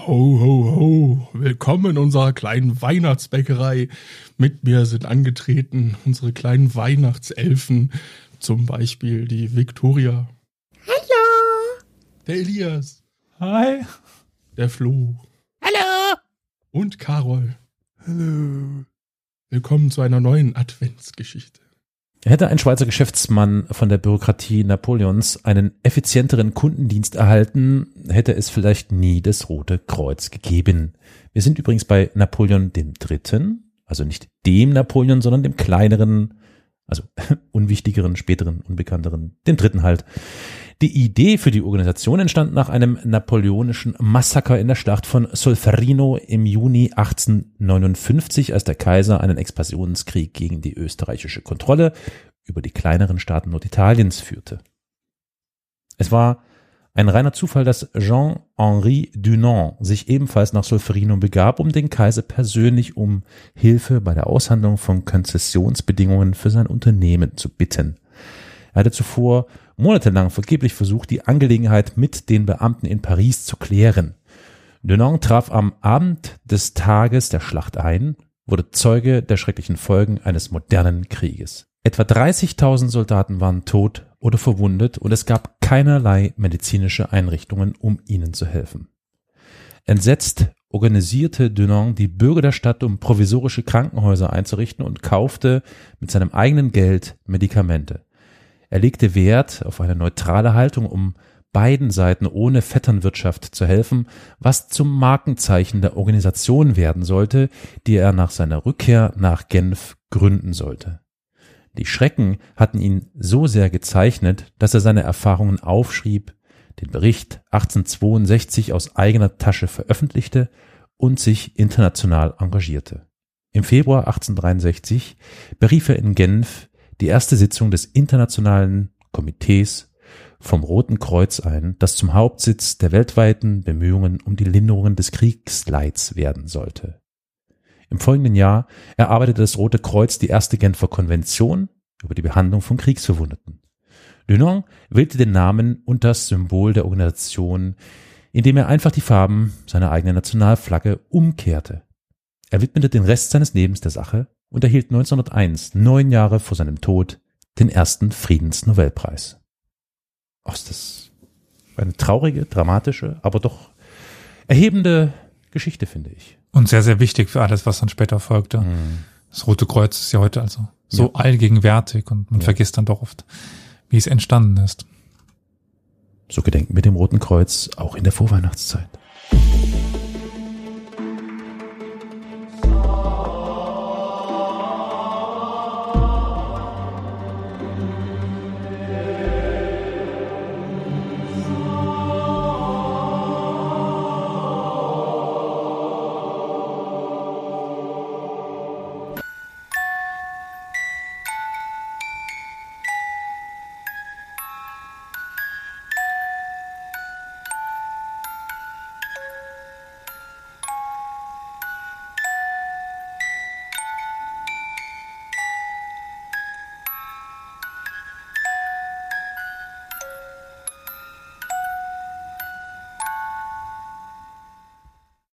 Ho, ho, ho. Willkommen in unserer kleinen Weihnachtsbäckerei. Mit mir sind angetreten unsere kleinen Weihnachtselfen. Zum Beispiel die Viktoria. Hallo. Der Elias. Hi. Der Flo. Hallo. Und Carol. Hallo. Willkommen zu einer neuen Adventsgeschichte. Hätte ein Schweizer Geschäftsmann von der Bürokratie Napoleons einen effizienteren Kundendienst erhalten, hätte es vielleicht nie das Rote Kreuz gegeben. Wir sind übrigens bei Napoleon III., also nicht dem Napoleon, sondern dem kleineren, also unwichtigeren, späteren, unbekannteren, dem dritten halt. Die Idee für die Organisation entstand nach einem napoleonischen Massaker in der Schlacht von Solferino im Juni 1859, als der Kaiser einen Expansionskrieg gegen die österreichische Kontrolle über die kleineren Staaten Norditaliens führte. Es war ein reiner Zufall, dass Jean-Henri Dunant sich ebenfalls nach Solferino begab, um den Kaiser persönlich um Hilfe bei der Aushandlung von Konzessionsbedingungen für sein Unternehmen zu bitten. Er hatte zuvor monatelang vergeblich versucht, die Angelegenheit mit den Beamten in Paris zu klären. Dunant traf am Abend des Tages der Schlacht ein, wurde Zeuge der schrecklichen Folgen eines modernen Krieges. Etwa 30.000 Soldaten waren tot oder verwundet und es gab keinerlei medizinische Einrichtungen, um ihnen zu helfen. Entsetzt organisierte Dunant die Bürger der Stadt, um provisorische Krankenhäuser einzurichten und kaufte mit seinem eigenen Geld Medikamente. Er legte Wert auf eine neutrale Haltung, um beiden Seiten ohne Vetternwirtschaft zu helfen, was zum Markenzeichen der Organisation werden sollte, die er nach seiner Rückkehr nach Genf gründen sollte. Die Schrecken hatten ihn so sehr gezeichnet, dass er seine Erfahrungen aufschrieb, den Bericht 1862 aus eigener Tasche veröffentlichte und sich international engagierte. Im Februar 1863 berief er in Genf die erste Sitzung des Internationalen Komitees vom Roten Kreuz ein, das zum Hauptsitz der weltweiten Bemühungen um die Linderung des Kriegsleids werden sollte. Im folgenden Jahr erarbeitete das Rote Kreuz die erste Genfer Konvention über die Behandlung von Kriegsverwundeten. Dunant wählte den Namen und das Symbol der Organisation, indem er einfach die Farben seiner eigenen Nationalflagge umkehrte. Er widmete den Rest seines Lebens der Sache und erhielt 1901, 9 Jahre vor seinem Tod, den ersten Friedensnobelpreis. Das ist eine traurige, dramatische, aber doch erhebende Geschichte, finde ich. Und sehr, sehr wichtig für alles, was dann später folgte. Das Rote Kreuz ist ja heute also so allgegenwärtig und man vergisst dann doch oft, wie es entstanden ist. So gedenken wir dem Roten Kreuz auch in der Vorweihnachtszeit.